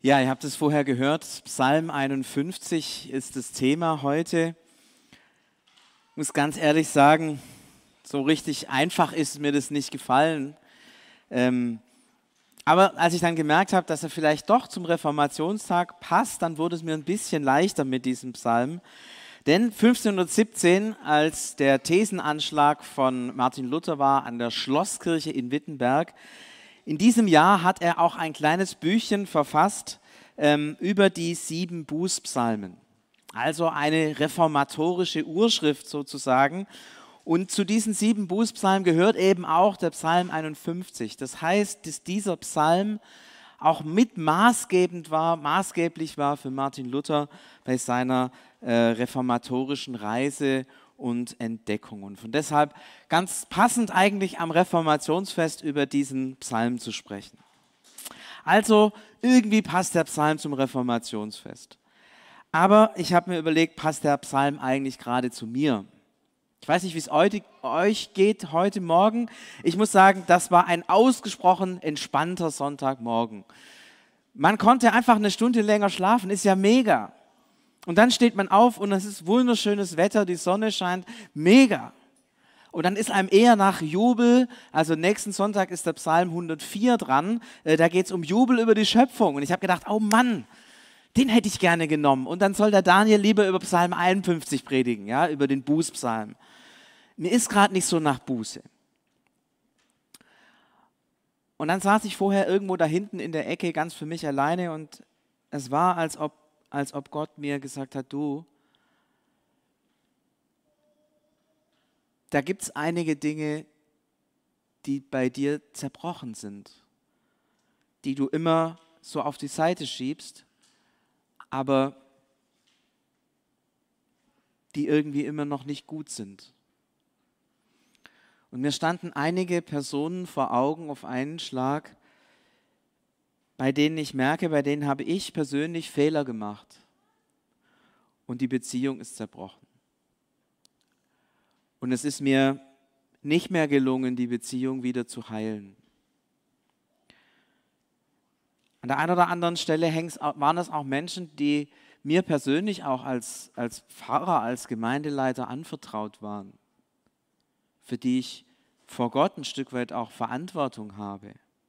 Ja, ihr habt es vorher gehört, Psalm 51 ist das Thema heute. Ich muss ganz ehrlich sagen, so richtig einfach ist mir das nicht gefallen. Aber als ich dann gemerkt habe, dass er vielleicht doch zum Reformationstag passt, dann wurde es mir ein bisschen leichter mit diesem Psalm. Denn 1517, als der Thesenanschlag von Martin Luther war an der Schlosskirche in Wittenberg, in diesem Jahr hat er auch ein kleines Büchchen verfasst über die 7 Bußpsalmen. Also eine reformatorische Urschrift sozusagen. Und zu diesen 7 Bußpsalmen gehört eben auch der Psalm 51. Das heißt, dass dieser Psalm auch mit maßgeblich war für Martin Luther bei seiner reformatorischen Reise und Entdeckung. Und von deshalb ganz passend eigentlich am Reformationsfest über diesen Psalm zu sprechen. Also irgendwie passt der Psalm zum Reformationsfest. Aber ich habe mir überlegt, passt der Psalm eigentlich gerade zu mir? Ich weiß nicht, wie es euch geht heute Morgen. Ich muss sagen, das war ein ausgesprochen entspannter Sonntagmorgen. Man konnte einfach eine Stunde länger schlafen, ist ja mega. Und dann steht man auf und es ist wunderschönes Wetter, die Sonne scheint, mega. Und dann ist einem eher nach Jubel, also nächsten Sonntag ist der Psalm 104 dran, da geht es um Jubel über die Schöpfung. Und ich habe gedacht, oh Mann, den hätte ich gerne genommen. Und dann soll der Daniel lieber über Psalm 51 predigen, ja, über den Bußpsalm. Mir ist gerade nicht so nach Buße. Und dann saß ich vorher irgendwo da hinten in der Ecke ganz für mich alleine und es war, als ob Gott mir gesagt hat, du, da gibt es einige Dinge, die bei dir zerbrochen sind, die du immer so auf die Seite schiebst, aber die irgendwie immer noch nicht gut sind. Und mir standen einige Personen vor Augen auf einen Schlag, bei denen ich merke, bei denen habe ich persönlich Fehler gemacht. Und die Beziehung ist zerbrochen. Und es ist mir nicht mehr gelungen, die Beziehung wieder zu heilen. An der einen oder anderen Stelle waren es auch Menschen, die mir persönlich auch als Pfarrer, als Gemeindeleiter anvertraut waren, für die ich vor Gott ein Stück weit auch Verantwortung habe.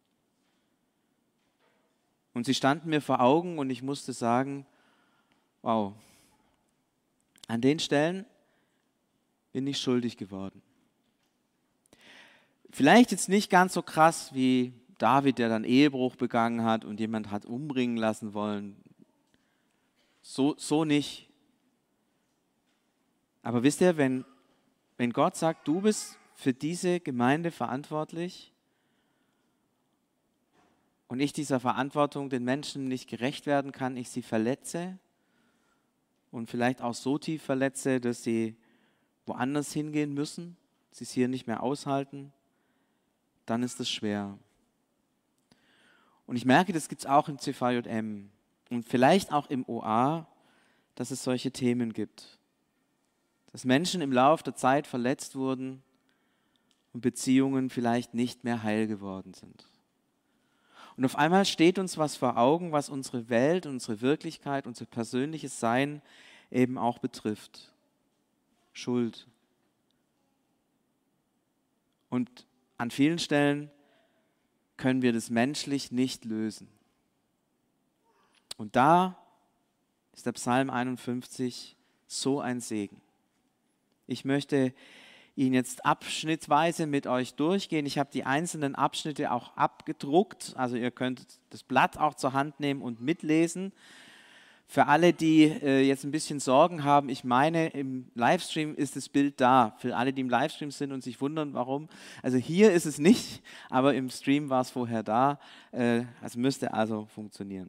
Und sie standen mir vor Augen und ich musste sagen, wow, an den Stellen bin ich schuldig geworden. Vielleicht jetzt nicht ganz so krass wie David, der dann Ehebruch begangen hat und jemand hat umbringen lassen wollen. So nicht. Aber wisst ihr, wenn Gott sagt, du bist für diese Gemeinde verantwortlich und ich dieser Verantwortung den Menschen nicht gerecht werden kann, ich sie verletze und vielleicht auch so tief verletze, dass sie woanders hingehen müssen, sie es hier nicht mehr aushalten, dann ist es schwer. Und ich merke, das gibt es auch im CVJM und vielleicht auch im OA, dass es solche Themen gibt. Dass Menschen im Laufe der Zeit verletzt wurden und Beziehungen vielleicht nicht mehr heil geworden sind. Und auf einmal steht uns was vor Augen, was unsere Welt, unsere Wirklichkeit, unser persönliches Sein eben auch betrifft. Schuld. Und an vielen Stellen können wir das menschlich nicht lösen. Und da ist der Psalm 51 so ein Segen. Ich möchte ihn jetzt abschnittweise mit euch durchgehen. Ich habe die einzelnen Abschnitte auch abgedruckt, also ihr könnt das Blatt auch zur Hand nehmen und mitlesen. Für alle, die jetzt ein bisschen Sorgen haben, ich meine, im Livestream ist das Bild da. Für alle, die im Livestream sind und sich wundern, warum. Also hier ist es nicht, aber im Stream war es vorher da. Es müsste also funktionieren.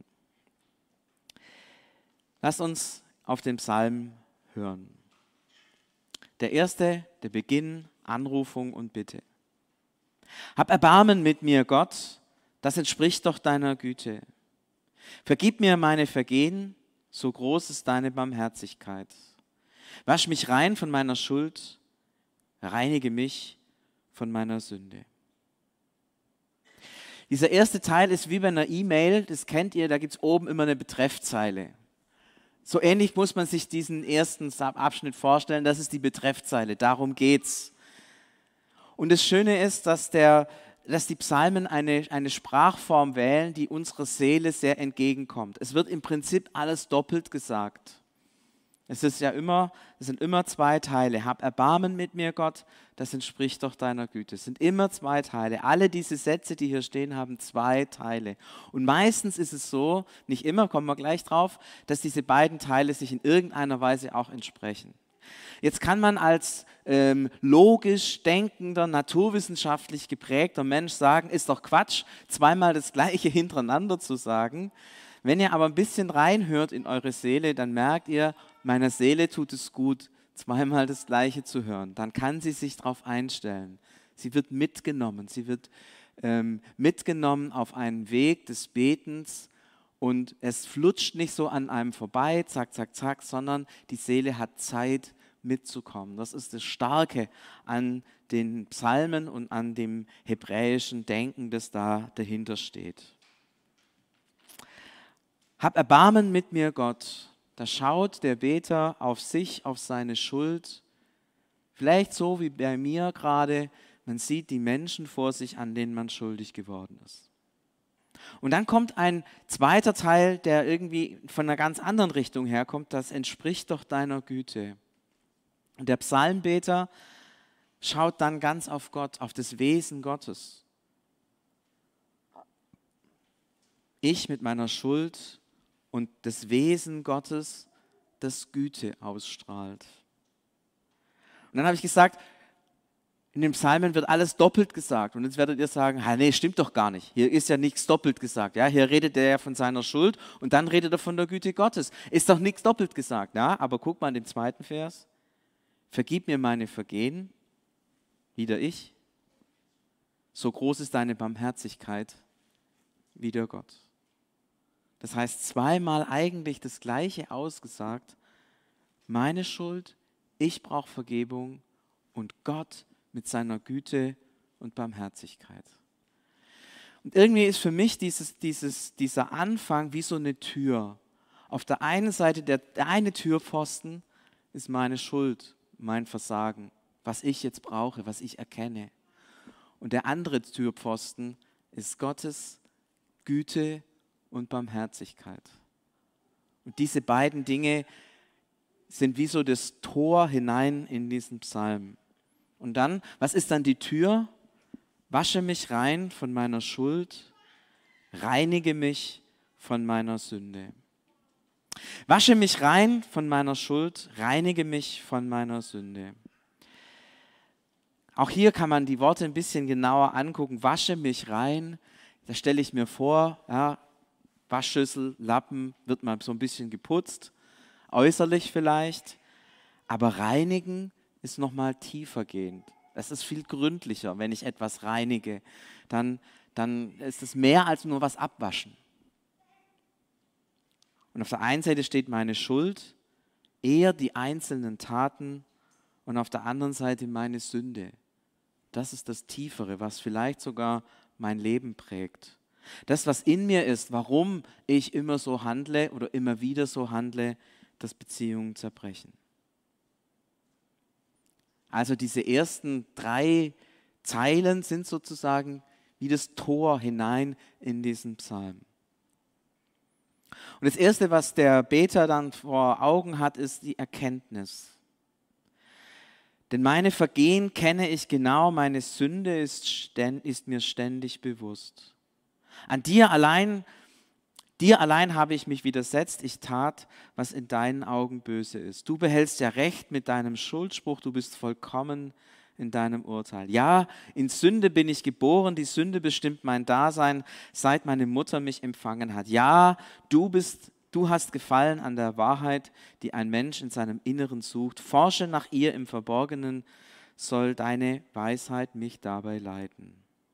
Lasst uns auf den Psalm hören. Der erste, der Beginn, Anrufung und Bitte. Hab Erbarmen mit mir, Gott, das entspricht doch deiner Güte. Vergib mir meine Vergehen, so groß ist deine Barmherzigkeit. Wasch mich rein von meiner Schuld, reinige mich von meiner Sünde. Dieser erste Teil ist wie bei einer E-Mail, das kennt ihr, da gibt es oben immer eine Betreffzeile. So ähnlich muss man sich diesen ersten Abschnitt vorstellen, das ist die Betreffzeile, darum geht's. Und das Schöne ist, dass die Psalmen eine Sprachform wählen, die unserer Seele sehr entgegenkommt. Es wird im Prinzip alles doppelt gesagt. Es sind immer zwei Teile. Hab Erbarmen mit mir, Gott, das entspricht doch deiner Güte. Es sind immer zwei Teile. Alle diese Sätze, die hier stehen, haben zwei Teile. Und meistens ist es so, nicht immer, kommen wir gleich drauf, dass diese beiden Teile sich in irgendeiner Weise auch entsprechen. Jetzt kann man als logisch denkender, naturwissenschaftlich geprägter Mensch sagen, ist doch Quatsch, zweimal das Gleiche hintereinander zu sagen. Wenn ihr aber ein bisschen reinhört in eure Seele, dann merkt ihr, meiner Seele tut es gut, zweimal das Gleiche zu hören. Dann kann sie sich darauf einstellen. Sie wird mitgenommen. Sie wird mitgenommen auf einen Weg des Betens und es flutscht nicht so an einem vorbei, zack, zack, zack, sondern die Seele hat Zeit mitzukommen. Das ist das Starke an den Psalmen und an dem hebräischen Denken, das da dahinter steht. Hab Erbarmen mit mir, Gott. Da schaut der Beter auf sich, auf seine Schuld. Vielleicht so wie bei mir gerade, man sieht die Menschen vor sich, an denen man schuldig geworden ist. Und dann kommt ein zweiter Teil, der irgendwie von einer ganz anderen Richtung herkommt, das entspricht doch deiner Güte. Und der Psalmbeter schaut dann ganz auf Gott, auf das Wesen Gottes. Ich mit meiner Schuld und das Wesen Gottes, das Güte ausstrahlt. Und dann habe ich gesagt, in den Psalmen wird alles doppelt gesagt. Und jetzt werdet ihr sagen, nee, stimmt doch gar nicht. Hier ist ja nichts doppelt gesagt. Ja? Hier redet er ja von seiner Schuld und dann redet er von der Güte Gottes. Ist doch nichts doppelt gesagt. Ja? Aber guck mal in den zweiten Vers. Vergib mir meine Vergehen, wieder ich. So groß ist deine Barmherzigkeit, wieder Gott. Das heißt, zweimal eigentlich das Gleiche ausgesagt. Meine Schuld, ich brauche Vergebung und Gott mit seiner Güte und Barmherzigkeit. Und irgendwie ist für mich dieser Anfang wie so eine Tür. Auf der einen Seite, der eine Türpfosten ist meine Schuld, mein Versagen, was ich jetzt brauche, was ich erkenne. Und der andere Türpfosten ist Gottes Güte und Barmherzigkeit. Und diese beiden Dinge sind wie so das Tor hinein in diesen Psalm. Und dann, was ist dann die Tür? Wasche mich rein von meiner Schuld, reinige mich von meiner Sünde. Wasche mich rein von meiner Schuld, reinige mich von meiner Sünde. Auch hier kann man die Worte ein bisschen genauer angucken. Wasche mich rein, da stelle ich mir vor, ja, Waschschüssel, Lappen, wird mal so ein bisschen geputzt, äußerlich vielleicht, aber reinigen ist nochmal tiefer gehend. Das ist viel gründlicher, wenn ich etwas reinige. Dann ist es mehr als nur was abwaschen. Und auf der einen Seite steht meine Schuld, eher die einzelnen Taten und auf der anderen Seite meine Sünde. Das ist das Tiefere, was vielleicht sogar mein Leben prägt. Das, was in mir ist, warum ich immer so handle oder immer wieder so handle, dass Beziehungen zerbrechen. Also diese ersten 3 Zeilen sind sozusagen wie das Tor hinein in diesen Psalm. Und das Erste, was der Beter dann vor Augen hat, ist die Erkenntnis. Denn meine Vergehen kenne ich genau, meine Sünde ist mir ständig bewusst. An dir allein habe ich mich widersetzt, ich tat, was in deinen Augen böse ist. Du behältst ja Recht mit deinem Schuldspruch, du bist vollkommen in deinem Urteil. Ja, in Sünde bin ich geboren, die Sünde bestimmt mein Dasein, seit meine Mutter mich empfangen hat. Ja, du hast Gefallen an der Wahrheit, die ein Mensch in seinem Inneren sucht. Forsche nach ihr im Verborgenen, soll deine Weisheit mich dabei leiten.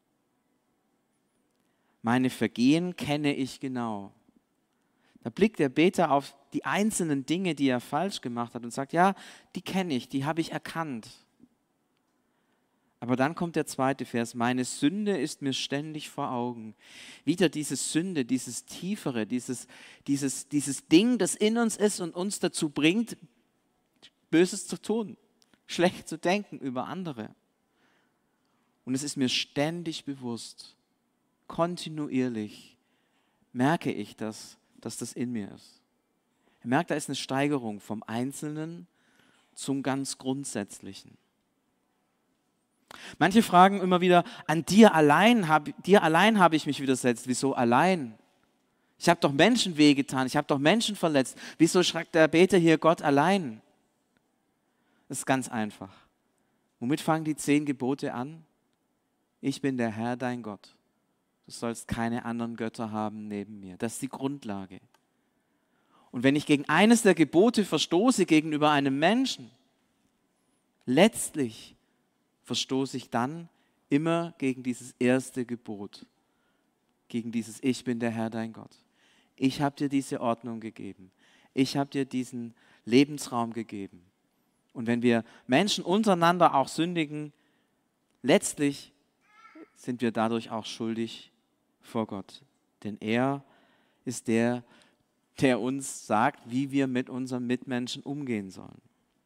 Meine Vergehen kenne ich genau. Da blickt der Beter auf die einzelnen Dinge, die er falsch gemacht hat und sagt, ja, die kenne ich, die habe ich erkannt. Aber dann kommt der zweite Vers, meine Sünde ist mir ständig vor Augen. Wieder diese Sünde, dieses Tiefere, dieses Ding, das in uns ist und uns dazu bringt, Böses zu tun, schlecht zu denken über andere. Und es ist mir ständig bewusst, kontinuierlich merke ich das, dass das in mir ist. Ich merke, da ist eine Steigerung vom Einzelnen zum ganz Grundsätzlichen. Manche fragen immer wieder, an dir allein habe ich mich widersetzt. Wieso allein? Ich habe doch Menschen wehgetan, ich habe doch Menschen verletzt. Wieso schreibt der Beter hier Gott allein? Das ist ganz einfach. Womit fangen die 10 Gebote an? Ich bin der Herr, dein Gott. Du sollst keine anderen Götter haben neben mir. Das ist die Grundlage. Und wenn ich gegen eines der Gebote verstoße gegenüber einem Menschen, letztlich verstoße ich dann immer gegen dieses erste Gebot, gegen dieses Ich bin der Herr, dein Gott. Ich habe dir diese Ordnung gegeben. Ich habe dir diesen Lebensraum gegeben. Und wenn wir Menschen untereinander auch sündigen, letztlich sind wir dadurch auch schuldig vor Gott. Denn er ist der uns sagt, wie wir mit unseren Mitmenschen umgehen sollen.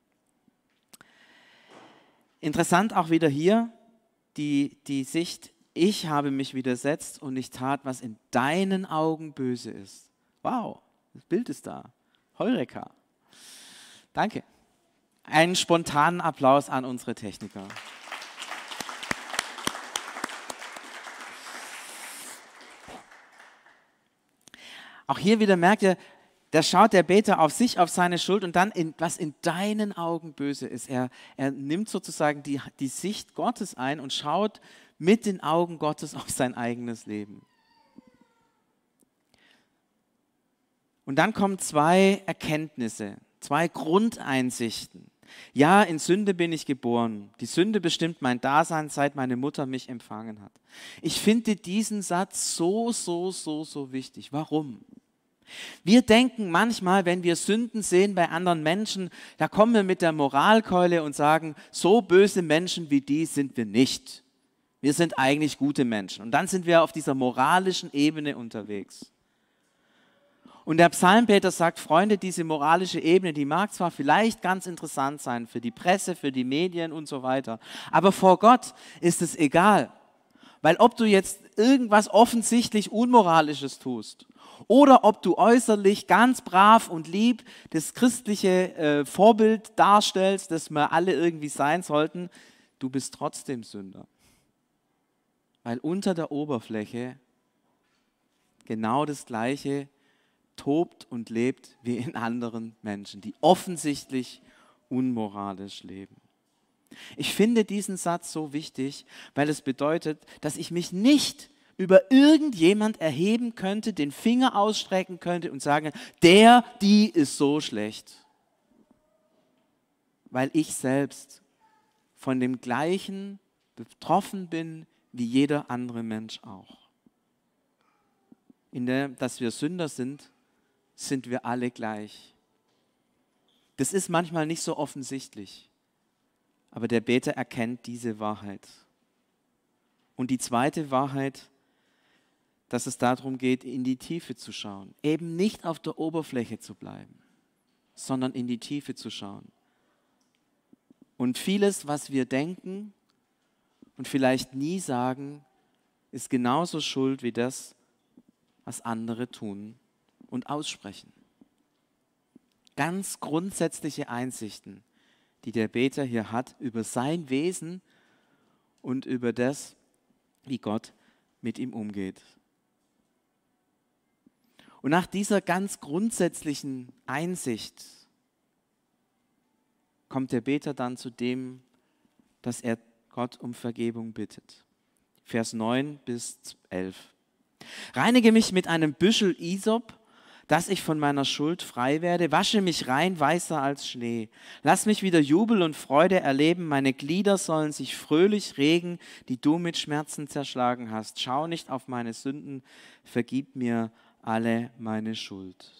Interessant auch wieder hier die Sicht, ich habe mich widersetzt und ich tat, was in deinen Augen böse ist. Wow, das Bild ist da. Heureka. Danke. Einen spontanen Applaus an unsere Techniker. Auch hier wieder merkt ihr, da schaut der Beter auf sich, auf seine Schuld und dann, was in deinen Augen böse ist. Er nimmt sozusagen die Sicht Gottes ein und schaut mit den Augen Gottes auf sein eigenes Leben. Und dann kommen 2 Erkenntnisse, 2 Grundeinsichten. Ja, in Sünde bin ich geboren. Die Sünde bestimmt mein Dasein, seit meine Mutter mich empfangen hat. Ich finde diesen Satz so wichtig. Warum? Wir denken manchmal, wenn wir Sünden sehen bei anderen Menschen, da kommen wir mit der Moralkeule und sagen, so böse Menschen wie die sind wir nicht. Wir sind eigentlich gute Menschen. Und dann sind wir auf dieser moralischen Ebene unterwegs. Und der Psalmbeter sagt, Freunde, diese moralische Ebene, die mag zwar vielleicht ganz interessant sein für die Presse, für die Medien und so weiter, aber vor Gott ist es egal. Weil ob du jetzt irgendwas offensichtlich Unmoralisches tust oder ob du äußerlich ganz brav und lieb das christliche Vorbild darstellst, das wir alle irgendwie sein sollten, du bist trotzdem Sünder. Weil unter der Oberfläche genau das Gleiche tobt und lebt wie in anderen Menschen, die offensichtlich unmoralisch leben. Ich finde diesen Satz so wichtig, weil es bedeutet, dass ich mich nicht über irgendjemand erheben könnte, den Finger ausstrecken könnte und sagen, die ist so schlecht. Weil ich selbst von dem Gleichen betroffen bin, wie jeder andere Mensch auch. Dass wir Sünder sind wir alle gleich. Das ist manchmal nicht so offensichtlich, aber der Beter erkennt diese Wahrheit. Und die zweite Wahrheit, dass es darum geht, in die Tiefe zu schauen. Eben nicht auf der Oberfläche zu bleiben, sondern in die Tiefe zu schauen. Und vieles, was wir denken und vielleicht nie sagen, ist genauso schuld wie das, was andere tun und aussprechen. Ganz grundsätzliche Einsichten, die der Beter hier hat über sein Wesen und über das, wie Gott mit ihm umgeht. Und nach dieser ganz grundsätzlichen Einsicht kommt der Beter dann zu dem, dass er Gott um Vergebung bittet. Vers 9 bis 11. Reinige mich mit einem Büschel Isop, dass ich von meiner Schuld frei werde. Wasche mich rein, weißer als Schnee. Lass mich wieder Jubel und Freude erleben. Meine Glieder sollen sich fröhlich regen, die du mit Schmerzen zerschlagen hast. Schau nicht auf meine Sünden, vergib mir alle meine Schuld.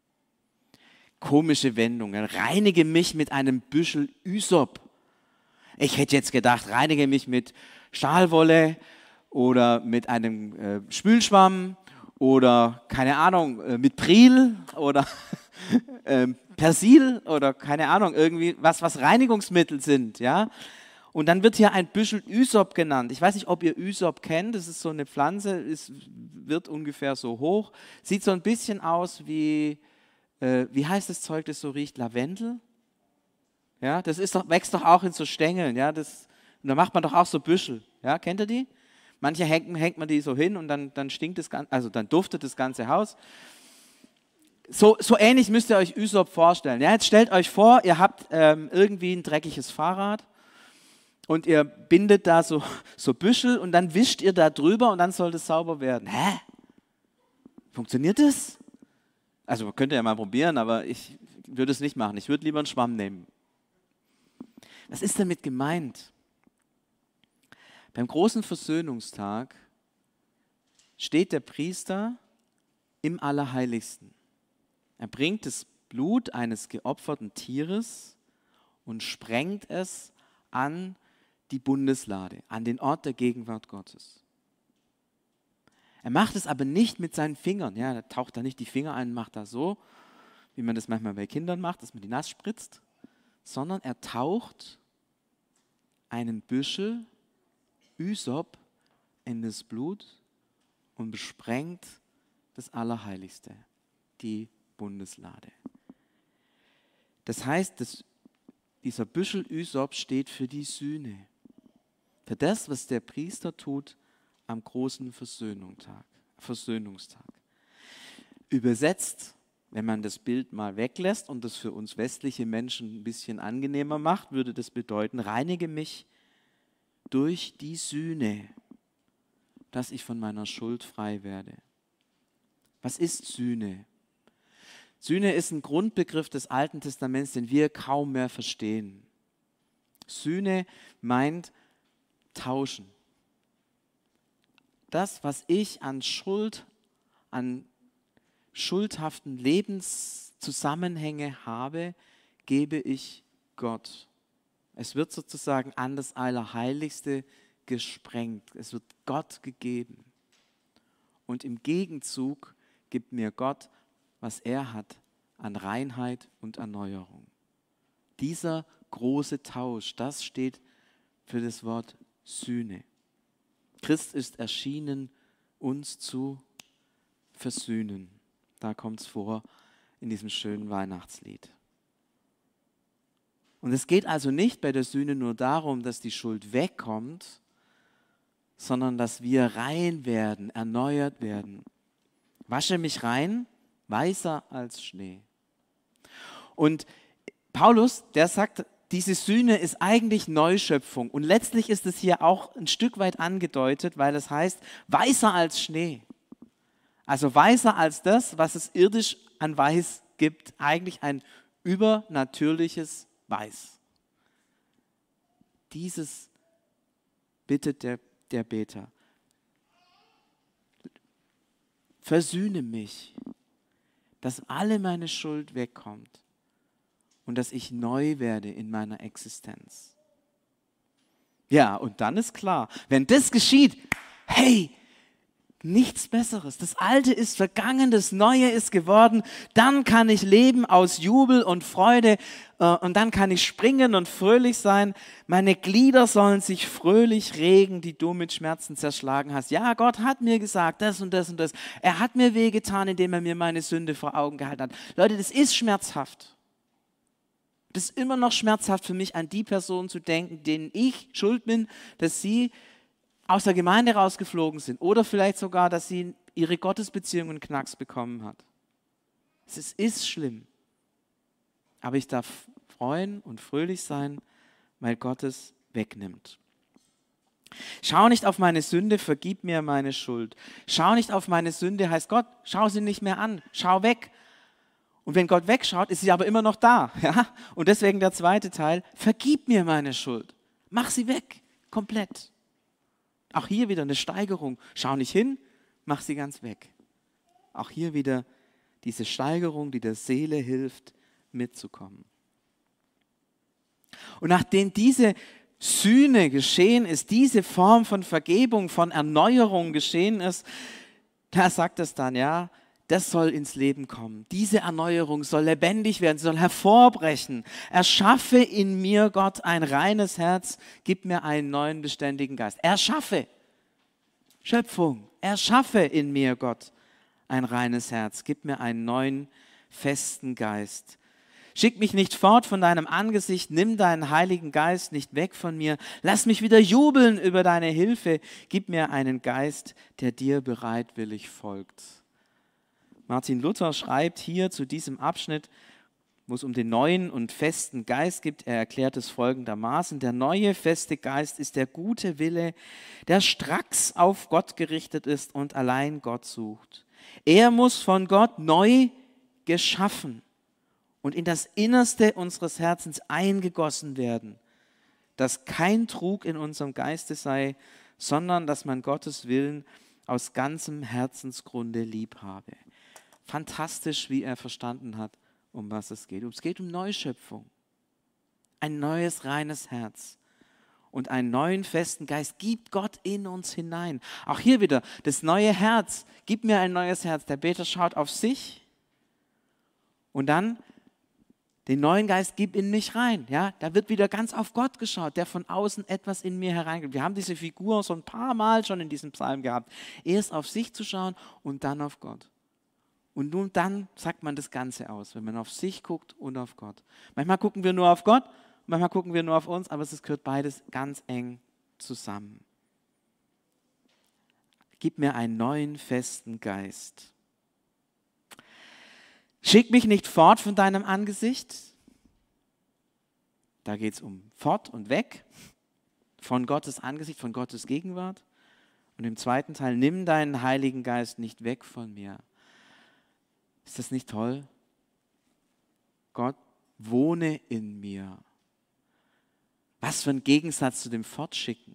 Komische Wendungen. Reinige mich mit einem Büschel Isop. Ich hätte jetzt gedacht, reinige mich mit Stahlwolle oder mit einem Spülschwamm oder, keine Ahnung, mit Pril oder Persil oder, keine Ahnung, irgendwie was Reinigungsmittel sind, ja. Und dann wird hier ein Büschel Ysop genannt. Ich weiß nicht, ob ihr Ysop kennt. Das ist so eine Pflanze, wird ungefähr so hoch. Sieht so ein bisschen aus wie heißt das Zeug, das so riecht? Lavendel? Ja, das wächst doch auch in so Stängeln. Ja, und da macht man doch auch so Büschel. Ja, kennt ihr die? Manche hängt man die so hin und dann stinkt das Ganze, also dann duftet das ganze Haus. So ähnlich müsst ihr euch Ysop vorstellen. Ja, jetzt stellt euch vor, ihr habt irgendwie ein dreckiges Fahrrad. Und ihr bindet da so Büschel und dann wischt ihr da drüber und dann soll das sauber werden. Hä? Funktioniert das? Also könnt ihr ja mal probieren, aber ich würde es nicht machen. Ich würde lieber einen Schwamm nehmen. Was ist damit gemeint? Beim großen Versöhnungstag steht der Priester im Allerheiligsten. Er bringt das Blut eines geopferten Tieres und sprengt es an die Bundeslade, an den Ort der Gegenwart Gottes. Er macht es aber nicht mit seinen Fingern. Ja, er taucht da nicht die Finger ein und macht da so, wie man das manchmal bei Kindern macht, dass man die nass spritzt, sondern er taucht einen Büschel Ysop in das Blut und besprengt das Allerheiligste, die Bundeslade. Das heißt, dieser Büschel Ysop steht für die Sühne. Für das, was der Priester tut am großen Versöhnungstag. Übersetzt, wenn man das Bild mal weglässt und das für uns westliche Menschen ein bisschen angenehmer macht, würde das bedeuten, reinige mich durch die Sühne, dass ich von meiner Schuld frei werde. Was ist Sühne? Sühne ist ein Grundbegriff des Alten Testaments, den wir kaum mehr verstehen. Sühne meint tauschen. Das, was ich an Schuld, an schuldhaften Lebenszusammenhänge habe, gebe ich Gott. Es wird sozusagen an das Allerheiligste gesprengt. Es wird Gott gegeben. Und im Gegenzug gibt mir Gott, was er hat, an Reinheit und Erneuerung. Dieser große Tausch, das steht für das Wort Sühne. Christ ist erschienen, uns zu versöhnen. Da kommt es vor in diesem schönen Weihnachtslied. Und es geht also nicht bei der Sühne nur darum, dass die Schuld wegkommt, sondern dass wir rein werden, erneuert werden. Wasche mich rein, weißer als Schnee. Und Paulus, der sagt, diese Sühne ist eigentlich Neuschöpfung. Und letztlich ist es hier auch ein Stück weit angedeutet, weil es heißt, weißer als Schnee. Also weißer als das, was es irdisch an Weiß gibt. Eigentlich ein übernatürliches Weiß. Dieses bittet der Beter. Versöhne mich, dass alle meine Schuld wegkommt und dass ich neu werde in meiner Existenz. Ja, und dann ist klar, wenn das geschieht, hey, nichts Besseres. Das Alte ist vergangen, das Neue ist geworden. Dann kann ich leben aus Jubel und Freude und dann kann ich springen und fröhlich sein. Meine Glieder sollen sich fröhlich regen, die du mit Schmerzen zerschlagen hast. Ja, Gott hat mir gesagt, das und das und das. Er hat mir wehgetan, indem er mir meine Sünde vor Augen gehalten hat. Leute, das ist schmerzhaft. Das ist immer noch schmerzhaft für mich, an die Personen zu denken, denen ich schuld bin, dass sie aus der Gemeinde rausgeflogen sind oder vielleicht sogar, dass sie ihre Gottesbeziehung einen Knacks bekommen hat. Es ist schlimm. Aber ich darf freuen und fröhlich sein, weil Gott es wegnimmt. Schau nicht auf meine Sünde, vergib mir meine Schuld. Schau nicht auf meine Sünde, heißt Gott, schau sie nicht mehr an, schau weg. Und wenn Gott wegschaut, ist sie aber immer noch da. Ja? Und deswegen der zweite Teil, vergib mir meine Schuld. Mach sie weg, komplett. Auch hier wieder eine Steigerung. Schau nicht hin, mach sie ganz weg. Auch hier wieder diese Steigerung, die der Seele hilft, mitzukommen. Und nachdem diese Sühne geschehen ist, diese Form von Vergebung, von Erneuerung geschehen ist, da sagt es dann, ja, das soll ins Leben kommen. Diese Erneuerung soll lebendig werden, sie soll hervorbrechen. Erschaffe in mir, Gott, ein reines Herz, gib mir einen neuen, beständigen Geist. Erschaffe, Schöpfung, erschaffe in mir, Gott, ein reines Herz, gib mir einen neuen, festen Geist. Schick mich nicht fort von deinem Angesicht, nimm deinen Heiligen Geist nicht weg von mir. Lass mich wieder jubeln über deine Hilfe. Gib mir einen Geist, der dir bereitwillig folgt. Martin Luther schreibt hier zu diesem Abschnitt, wo es um den neuen und festen Geist geht. Er erklärt es folgendermaßen: Der neue, feste Geist ist der gute Wille, der stracks auf Gott gerichtet ist und allein Gott sucht. Er muss von Gott neu geschaffen und in das Innerste unseres Herzens eingegossen werden, dass kein Trug in unserem Geiste sei, sondern dass man Gottes Willen aus ganzem Herzensgrunde lieb habe. Fantastisch, wie er verstanden hat, um was es geht. Es geht um Neuschöpfung, ein neues, reines Herz und einen neuen, festen Geist gibt Gott in uns hinein. Auch hier wieder das neue Herz, gib mir ein neues Herz. Der Beter schaut auf sich und dann den neuen Geist gib in mich rein. Ja, da wird wieder ganz auf Gott geschaut, der von außen etwas in mir hereingibt. Wir haben diese Figur so ein paar Mal schon in diesem Psalm gehabt. Erst auf sich zu schauen und dann auf Gott. Und nun dann sagt man das Ganze aus, wenn man auf sich guckt und auf Gott. Manchmal gucken wir nur auf Gott, manchmal gucken wir nur auf uns, aber es gehört beides ganz eng zusammen. Gib mir einen neuen, festen Geist. Schick mich nicht fort von deinem Angesicht. Da geht es um fort und weg, von Gottes Angesicht, von Gottes Gegenwart. Und im zweiten Teil, nimm deinen Heiligen Geist nicht weg von mir. Ist das nicht toll? Gott, wohne in mir. Was für ein Gegensatz zu dem Fortschicken.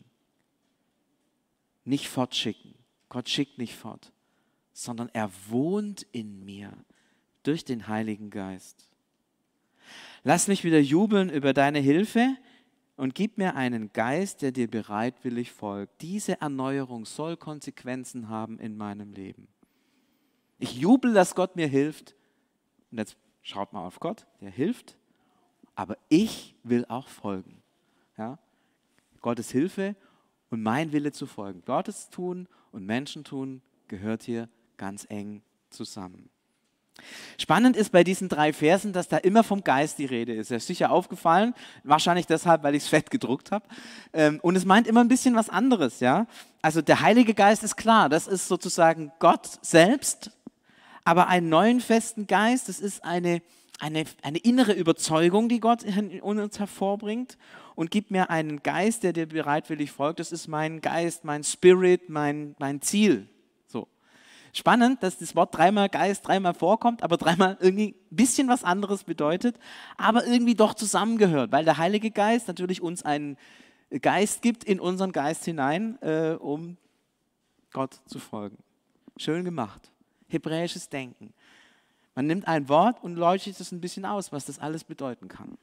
Nicht fortschicken. Gott schickt nicht fort, sondern er wohnt in mir durch den Heiligen Geist. Lass mich wieder jubeln über deine Hilfe und gib mir einen Geist, der dir bereitwillig folgt. Diese Erneuerung soll Konsequenzen haben in meinem Leben. Ich jubel, dass Gott mir hilft. Und jetzt schaut mal auf Gott, der hilft. Aber ich will auch folgen. Ja? Gottes Hilfe und mein Wille zu folgen. Gottes tun und Menschen tun gehört hier ganz eng zusammen. Spannend ist bei diesen 3 Versen, dass da immer vom Geist die Rede ist. Das ist sicher aufgefallen, wahrscheinlich deshalb, weil ich es fett gedruckt habe. Und es meint immer ein bisschen was anderes. Ja? Also der Heilige Geist ist klar, das ist sozusagen Gott selbst. Aber einen neuen festen Geist, das ist eine innere Überzeugung, die Gott in uns hervorbringt und gibt mir einen Geist, der dir bereitwillig folgt. Das ist mein Geist, mein Spirit, mein Ziel. So. Spannend, dass das Wort dreimal Geist dreimal vorkommt, aber dreimal irgendwie ein bisschen was anderes bedeutet, aber irgendwie doch zusammengehört, weil der Heilige Geist natürlich uns einen Geist gibt in unseren Geist hinein, um Gott zu folgen. Schön gemacht. Hebräisches Denken. Man nimmt ein Wort und leuchtet es ein bisschen aus, was das alles bedeuten kann.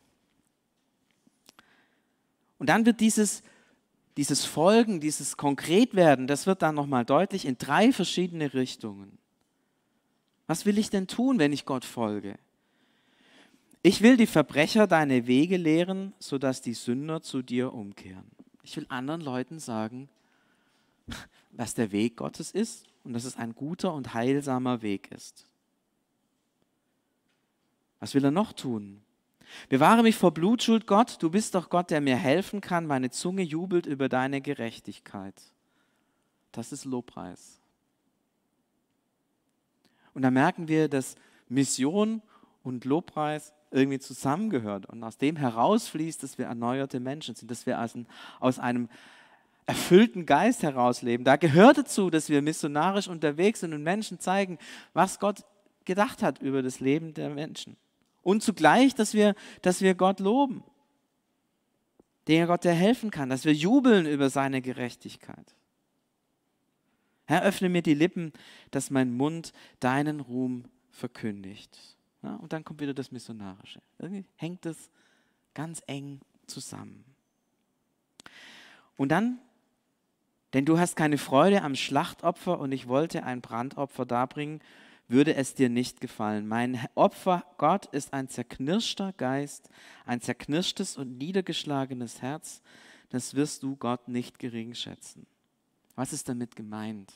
Und dann wird dieses Folgen, dieses Konkretwerden, das wird dann nochmal deutlich in 3 verschiedene Richtungen. Was will ich denn tun, wenn ich Gott folge? Ich will die Verbrecher deine Wege lehren, sodass die Sünder zu dir umkehren. Ich will anderen Leuten sagen, was der Weg Gottes ist und dass es ein guter und heilsamer Weg ist. Was will er noch tun? Bewahre mich vor Blutschuld, Gott. Du bist doch Gott, der mir helfen kann. Meine Zunge jubelt über deine Gerechtigkeit. Das ist Lobpreis. Und da merken wir, dass Mission und Lobpreis irgendwie zusammengehört und aus dem herausfließt, dass wir erneuerte Menschen sind, dass wir aus einem erfüllten Geist herausleben. Da gehört dazu, dass wir missionarisch unterwegs sind und Menschen zeigen, was Gott gedacht hat über das Leben der Menschen. Und zugleich, dass wir Gott loben, der Gott, der helfen kann, dass wir jubeln über seine Gerechtigkeit. Herr, öffne mir die Lippen, dass mein Mund deinen Ruhm verkündigt. Ja, und dann kommt wieder das Missionarische. Irgendwie hängt es ganz eng zusammen. Und dann, denn du hast keine Freude am Schlachtopfer und ich wollte ein Brandopfer darbringen, würde es dir nicht gefallen. Mein Opfer, Gott, ist ein zerknirschter Geist, ein zerknirschtes und niedergeschlagenes Herz. Das wirst du Gott nicht gering schätzen. Was ist damit gemeint?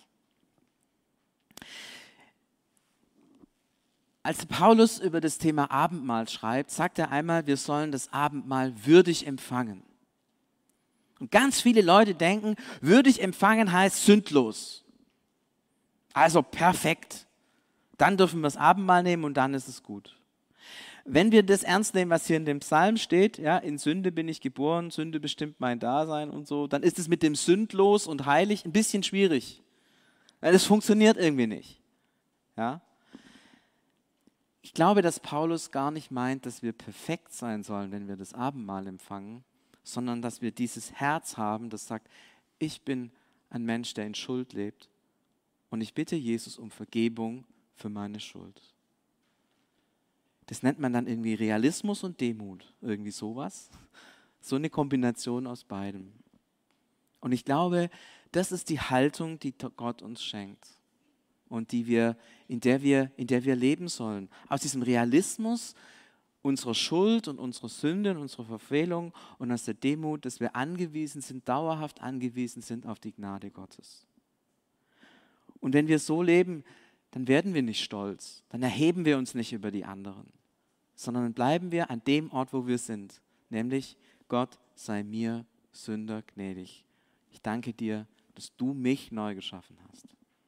Als Paulus über das Thema Abendmahl schreibt, sagt er einmal, wir sollen das Abendmahl würdig empfangen. Und ganz viele Leute denken, würdig empfangen heißt sündlos. Also perfekt. Dann dürfen wir das Abendmahl nehmen und dann ist es gut. Wenn wir das ernst nehmen, was hier in dem Psalm steht, ja, in Sünde bin ich geboren, Sünde bestimmt mein Dasein und so, dann ist es mit dem sündlos und heilig ein bisschen schwierig. Weil es funktioniert irgendwie nicht. Ja? Ich glaube, dass Paulus gar nicht meint, dass wir perfekt sein sollen, wenn wir das Abendmahl empfangen, sondern dass wir dieses Herz haben, das sagt, ich bin ein Mensch, der in Schuld lebt und ich bitte Jesus um Vergebung für meine Schuld. Das nennt man dann irgendwie Realismus und Demut, irgendwie sowas. So eine Kombination aus beidem. Und ich glaube, das ist die Haltung, die Gott uns schenkt und in der wir leben sollen. Aus diesem Realismus unserer Schuld und unserer Sünde und unserer Verfehlung und aus der Demut, dass wir angewiesen sind, dauerhaft angewiesen sind auf die Gnade Gottes. Und wenn wir so leben, dann werden wir nicht stolz, dann erheben wir uns nicht über die anderen, sondern dann bleiben wir an dem Ort, wo wir sind, nämlich Gott sei mir Sünder gnädig. Ich danke dir, dass du mich neu geschaffen hast.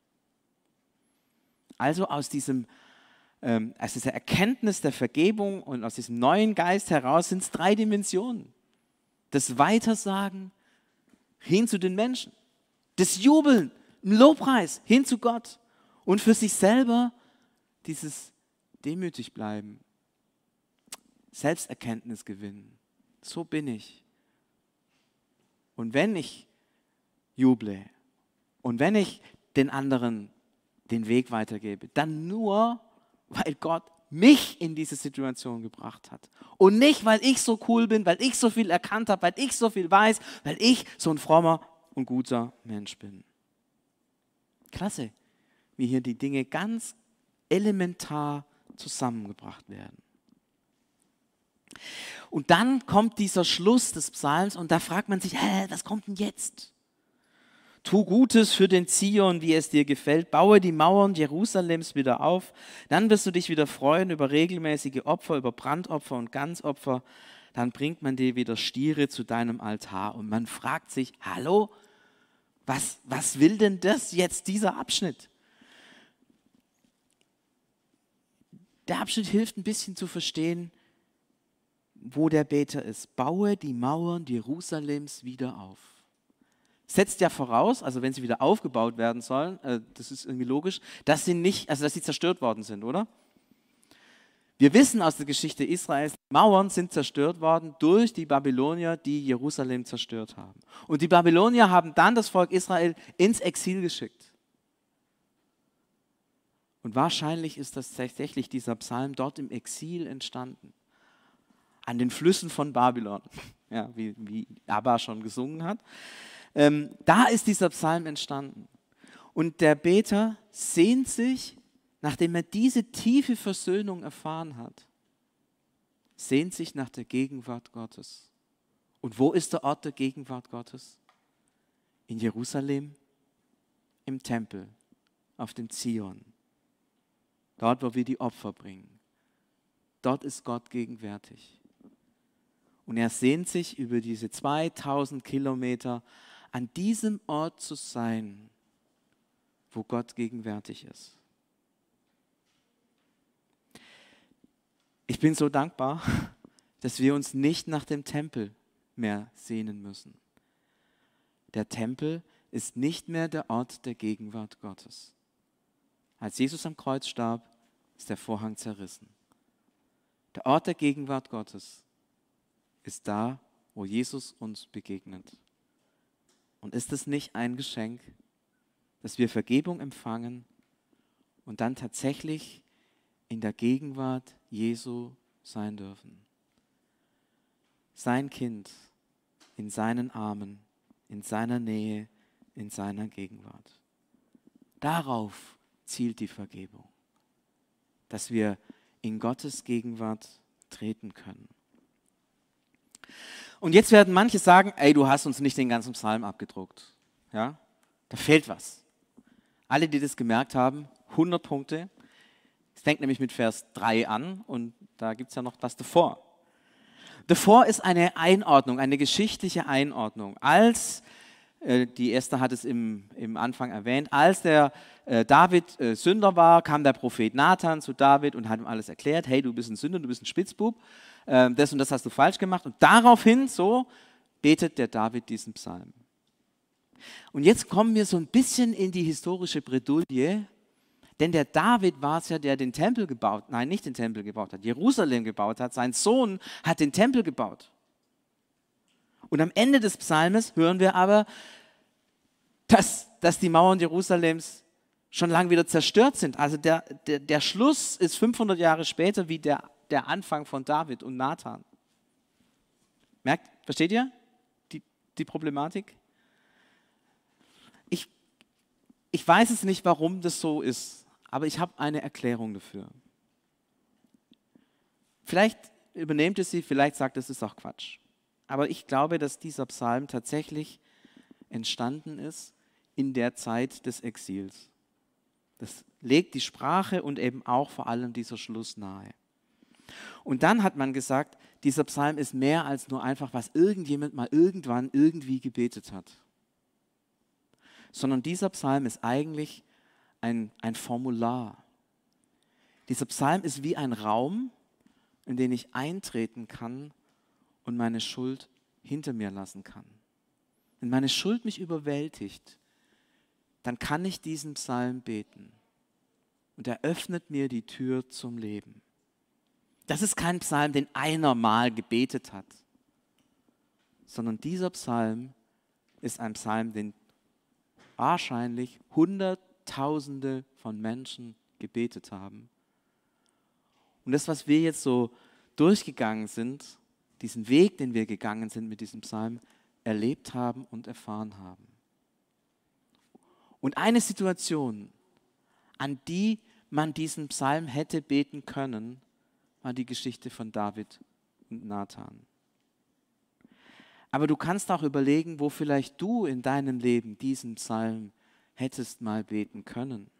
Also aus dieser Erkenntnis der Vergebung und aus diesem neuen Geist heraus sind es 3 Dimensionen. Das Weitersagen hin zu den Menschen, das Jubeln, ein Lobpreis hin zu Gott und für sich selber dieses demütig bleiben, Selbsterkenntnis gewinnen. So bin ich. Und wenn ich juble und wenn ich den anderen den Weg weitergebe, dann nur, weil Gott mich in diese Situation gebracht hat. Und nicht, weil ich so cool bin, weil ich so viel erkannt habe, weil ich so viel weiß, weil ich so ein frommer und guter Mensch bin. Klasse, wie hier die Dinge ganz elementar zusammengebracht werden. Und dann kommt dieser Schluss des Psalms und da fragt man sich, was kommt denn jetzt? Tu Gutes für den Zion, wie es dir gefällt. Baue die Mauern Jerusalems wieder auf. Dann wirst du dich wieder freuen über regelmäßige Opfer, über Brandopfer und Ganzopfer. Dann bringt man dir wieder Stiere zu deinem Altar. Und man fragt sich, hallo, was will denn das jetzt, dieser Abschnitt? Der Abschnitt hilft ein bisschen zu verstehen, wo der Beter ist. Baue die Mauern Jerusalems wieder auf. Setzt ja voraus, also wenn sie wieder aufgebaut werden sollen, das ist irgendwie logisch, dass sie zerstört worden sind, oder? Wir wissen aus der Geschichte Israels, Mauern sind zerstört worden durch die Babylonier, die Jerusalem zerstört haben. Und die Babylonier haben dann das Volk Israel ins Exil geschickt. Und wahrscheinlich ist das tatsächlich dieser Psalm dort im Exil entstanden. An den Flüssen von Babylon, ja, wie Abba schon gesungen hat. Da ist dieser Psalm entstanden. Und der Beter sehnt sich, nachdem er diese tiefe Versöhnung erfahren hat, sehnt sich nach der Gegenwart Gottes. Und wo ist der Ort der Gegenwart Gottes? In Jerusalem, im Tempel, auf dem Zion. Dort, wo wir die Opfer bringen. Dort ist Gott gegenwärtig. Und er sehnt sich über diese 2000 Kilometer an diesem Ort zu sein, wo Gott gegenwärtig ist. Ich bin so dankbar, dass wir uns nicht nach dem Tempel mehr sehnen müssen. Der Tempel ist nicht mehr der Ort der Gegenwart Gottes. Als Jesus am Kreuz starb, ist der Vorhang zerrissen. Der Ort der Gegenwart Gottes ist da, wo Jesus uns begegnet. Und ist es nicht ein Geschenk, dass wir Vergebung empfangen und dann tatsächlich in der Gegenwart Jesu sein dürfen? Sein Kind in seinen Armen, in seiner Nähe, in seiner Gegenwart. Darauf zielt die Vergebung, dass wir in Gottes Gegenwart treten können. Und jetzt werden manche sagen, ey, du hast uns nicht den ganzen Psalm abgedruckt. Ja? Da fehlt was. Alle, die das gemerkt haben, 100 Punkte. Es fängt nämlich mit Vers 3 an und da gibt es ja noch was davor. Davor ist eine Einordnung, eine geschichtliche Einordnung. Die Esther hat es im Anfang erwähnt, als der David Sünder war, kam der Prophet Nathan zu David und hat ihm alles erklärt. Hey, du bist ein Sünder, du bist ein Spitzbub, das und das hast du falsch gemacht. Und daraufhin, so betet der David diesen Psalm. Und jetzt kommen wir so ein bisschen in die historische Bredouille, denn der David war es ja, der den Tempel gebaut, nein, nicht den Tempel gebaut hat, Jerusalem gebaut hat. Sein Sohn hat den Tempel gebaut. Und am Ende des Psalmes hören wir aber, dass die Mauern Jerusalems schon lange wieder zerstört sind. Also der Schluss ist 500 Jahre später wie der Anfang von David und Nathan. Versteht ihr die Problematik? Ich weiß es nicht, warum das so ist, aber ich habe eine Erklärung dafür. Vielleicht übernehmt es sie, vielleicht sagt es ist auch Quatsch. Aber ich glaube, dass dieser Psalm tatsächlich entstanden ist in der Zeit des Exils. Das legt die Sprache und eben auch vor allem dieser Schluss nahe. Und dann hat man gesagt, dieser Psalm ist mehr als nur einfach, was irgendjemand mal irgendwann irgendwie gebetet hat. Sondern dieser Psalm ist eigentlich ein Formular. Dieser Psalm ist wie ein Raum, in den ich eintreten kann und meine Schuld hinter mir lassen kann. Wenn meine Schuld mich überwältigt, dann kann ich diesen Psalm beten. Und er öffnet mir die Tür zum Leben. Das ist kein Psalm, den einer mal gebetet hat, sondern dieser Psalm ist ein Psalm, den wahrscheinlich Hunderttausende von Menschen gebetet haben. Und das, was wir jetzt so durchgegangen sind, diesen Weg, den wir gegangen sind mit diesem Psalm, erlebt haben und erfahren haben. Und eine Situation, an die man diesen Psalm hätte beten können, war die Geschichte von David und Nathan. Aber du kannst auch überlegen, wo vielleicht du in deinem Leben diesen Psalm hättest mal beten können.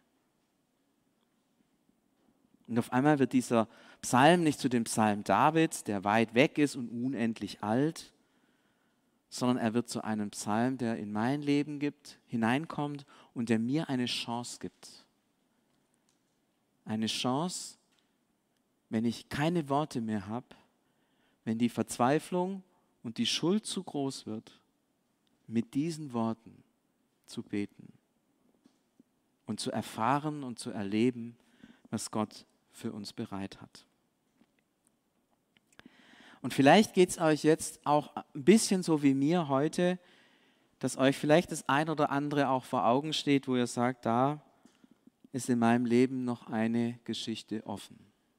Und auf einmal wird dieser Psalm nicht zu dem Psalm Davids, der weit weg ist und unendlich alt, sondern er wird zu einem Psalm, der in mein Leben hineinkommt und der mir eine Chance gibt. Eine Chance, wenn ich keine Worte mehr habe, wenn die Verzweiflung und die Schuld zu groß wird, mit diesen Worten zu beten und zu erfahren und zu erleben, was Gott für uns bereit hat. Und vielleicht geht es euch jetzt auch ein bisschen so wie mir heute, dass euch vielleicht das ein oder andere auch vor Augen steht, wo ihr sagt, da ist in meinem Leben noch eine Geschichte offen.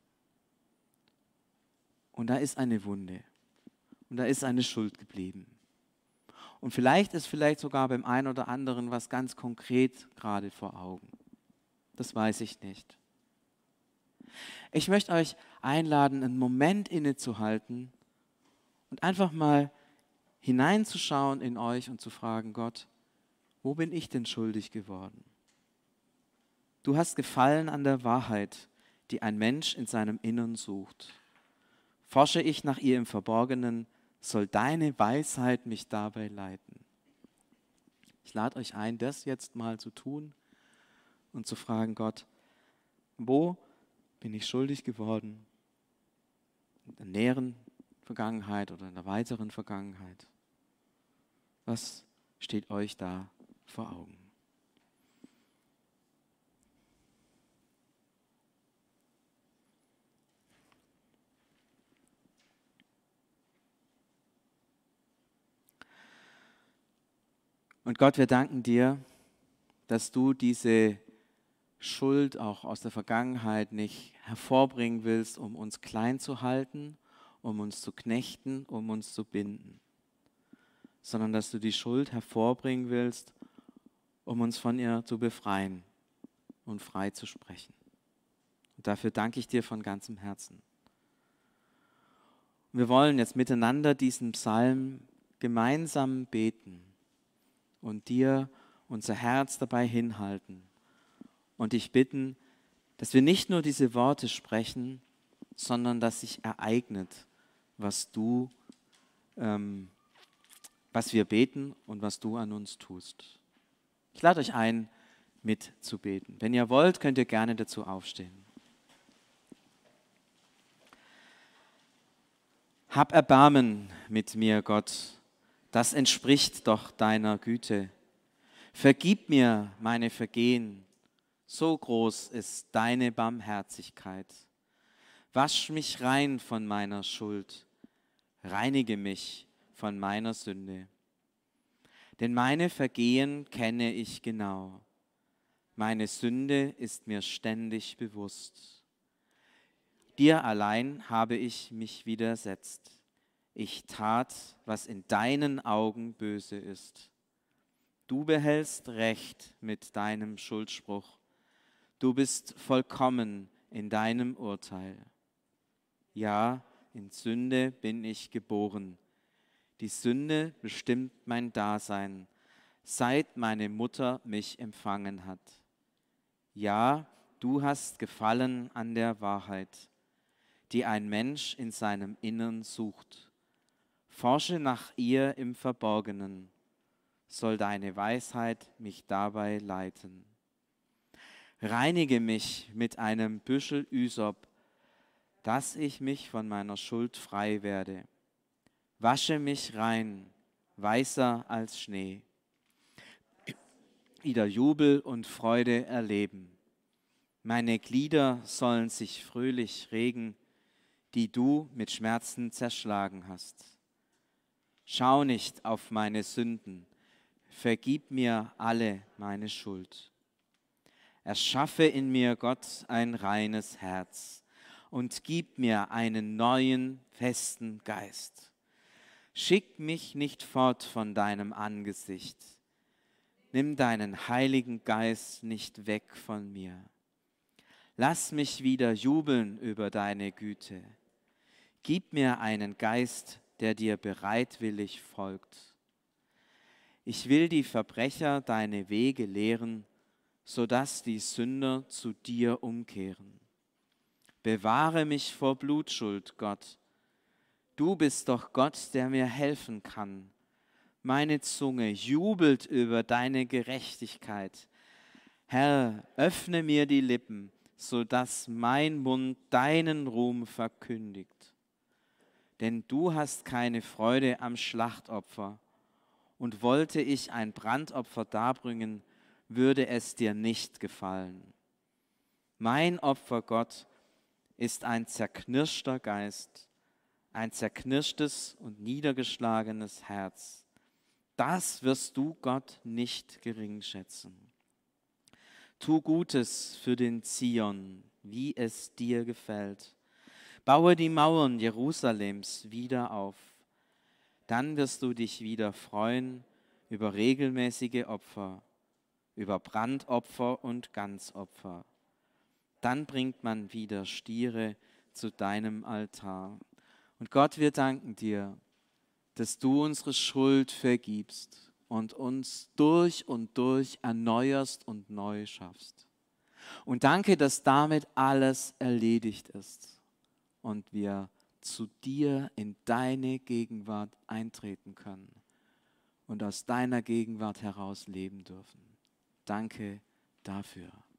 Und da ist eine Wunde. Und da ist eine Schuld geblieben. Und vielleicht ist sogar beim einen oder anderen was ganz konkret gerade vor Augen. Das weiß ich nicht. Ich möchte euch einladen, einen Moment innezuhalten und einfach mal hineinzuschauen in euch und zu fragen, Gott, wo bin ich denn schuldig geworden? Du hast Gefallen an der Wahrheit, die ein Mensch in seinem Innern sucht. Forsche ich nach ihr im Verborgenen, soll deine Weisheit mich dabei leiten. Ich lade euch ein, das jetzt mal zu tun und zu fragen, Gott, wo bin ich schuldig geworden? In der näheren Vergangenheit oder in der weiteren Vergangenheit? Was steht euch da vor Augen? Und Gott, wir danken dir, dass du diese Schuld auch aus der Vergangenheit nicht hervorbringen willst, um uns klein zu halten, um uns zu knechten, um uns zu binden, sondern dass du die Schuld hervorbringen willst, um uns von ihr zu befreien und frei zu sprechen. Und dafür danke ich dir von ganzem Herzen. Wir wollen jetzt miteinander diesen Psalm gemeinsam beten und dir unser Herz dabei hinhalten und dich bitten, dass wir nicht nur diese Worte sprechen, sondern dass sich ereignet, was wir beten und was du an uns tust. Ich lade euch ein, mitzubeten. Wenn ihr wollt, könnt ihr gerne dazu aufstehen. Hab Erbarmen mit mir, Gott, das entspricht doch deiner Güte. Vergib mir meine Vergehen, so groß ist deine Barmherzigkeit. Wasch mich rein von meiner Schuld, reinige mich von meiner Sünde. Denn meine Vergehen kenne ich genau, meine Sünde ist mir ständig bewusst. Dir allein habe ich mich widersetzt. Ich tat, was in deinen Augen böse ist. Du behältst Recht mit deinem Schuldspruch. Du bist vollkommen in deinem Urteil. Ja, in Sünde bin ich geboren. Die Sünde bestimmt mein Dasein, seit meine Mutter mich empfangen hat. Ja, du hast Gefallen an der Wahrheit, die ein Mensch in seinem Innern sucht. Forsche nach ihr im Verborgenen, soll deine Weisheit mich dabei leiten. Reinige mich mit einem Büschel Ysop, dass ich mich von meiner Schuld frei werde. Wasche mich rein, weißer als Schnee. Wieder Jubel und Freude erleben. Meine Glieder sollen sich fröhlich regen, die du mit Schmerzen zerschlagen hast. Schau nicht auf meine Sünden, vergib mir alle meine Schuld. Erschaffe in mir, Gott, ein reines Herz und gib mir einen neuen, festen Geist. Schick mich nicht fort von deinem Angesicht. Nimm deinen Heiligen Geist nicht weg von mir. Lass mich wieder jubeln über deine Güte. Gib mir einen Geist, der dir bereitwillig folgt. Ich will die Verbrecher deine Wege lehren, sodass die Sünder zu dir umkehren. Bewahre mich vor Blutschuld, Gott. Du bist doch Gott, der mir helfen kann. Meine Zunge jubelt über deine Gerechtigkeit. Herr, öffne mir die Lippen, sodass mein Mund deinen Ruhm verkündigt. Denn du hast keine Freude am Schlachtopfer, und wollte ich ein Brandopfer darbringen, würde es dir nicht gefallen. Mein Opfer, Gott, ist ein zerknirschter Geist, ein zerknirschtes und niedergeschlagenes Herz. Das wirst du, Gott, nicht geringschätzen. Tu Gutes für den Zion, wie es dir gefällt. Baue die Mauern Jerusalems wieder auf. Dann wirst du dich wieder freuen über regelmäßige Opfer, über Brandopfer und Ganzopfer. Dann bringt man wieder Stiere zu deinem Altar. Und Gott, wir danken dir, dass du unsere Schuld vergibst und uns durch und durch erneuerst und neu schaffst. Und danke, dass damit alles erledigt ist und wir zu dir in deine Gegenwart eintreten können und aus deiner Gegenwart heraus leben dürfen. Danke dafür.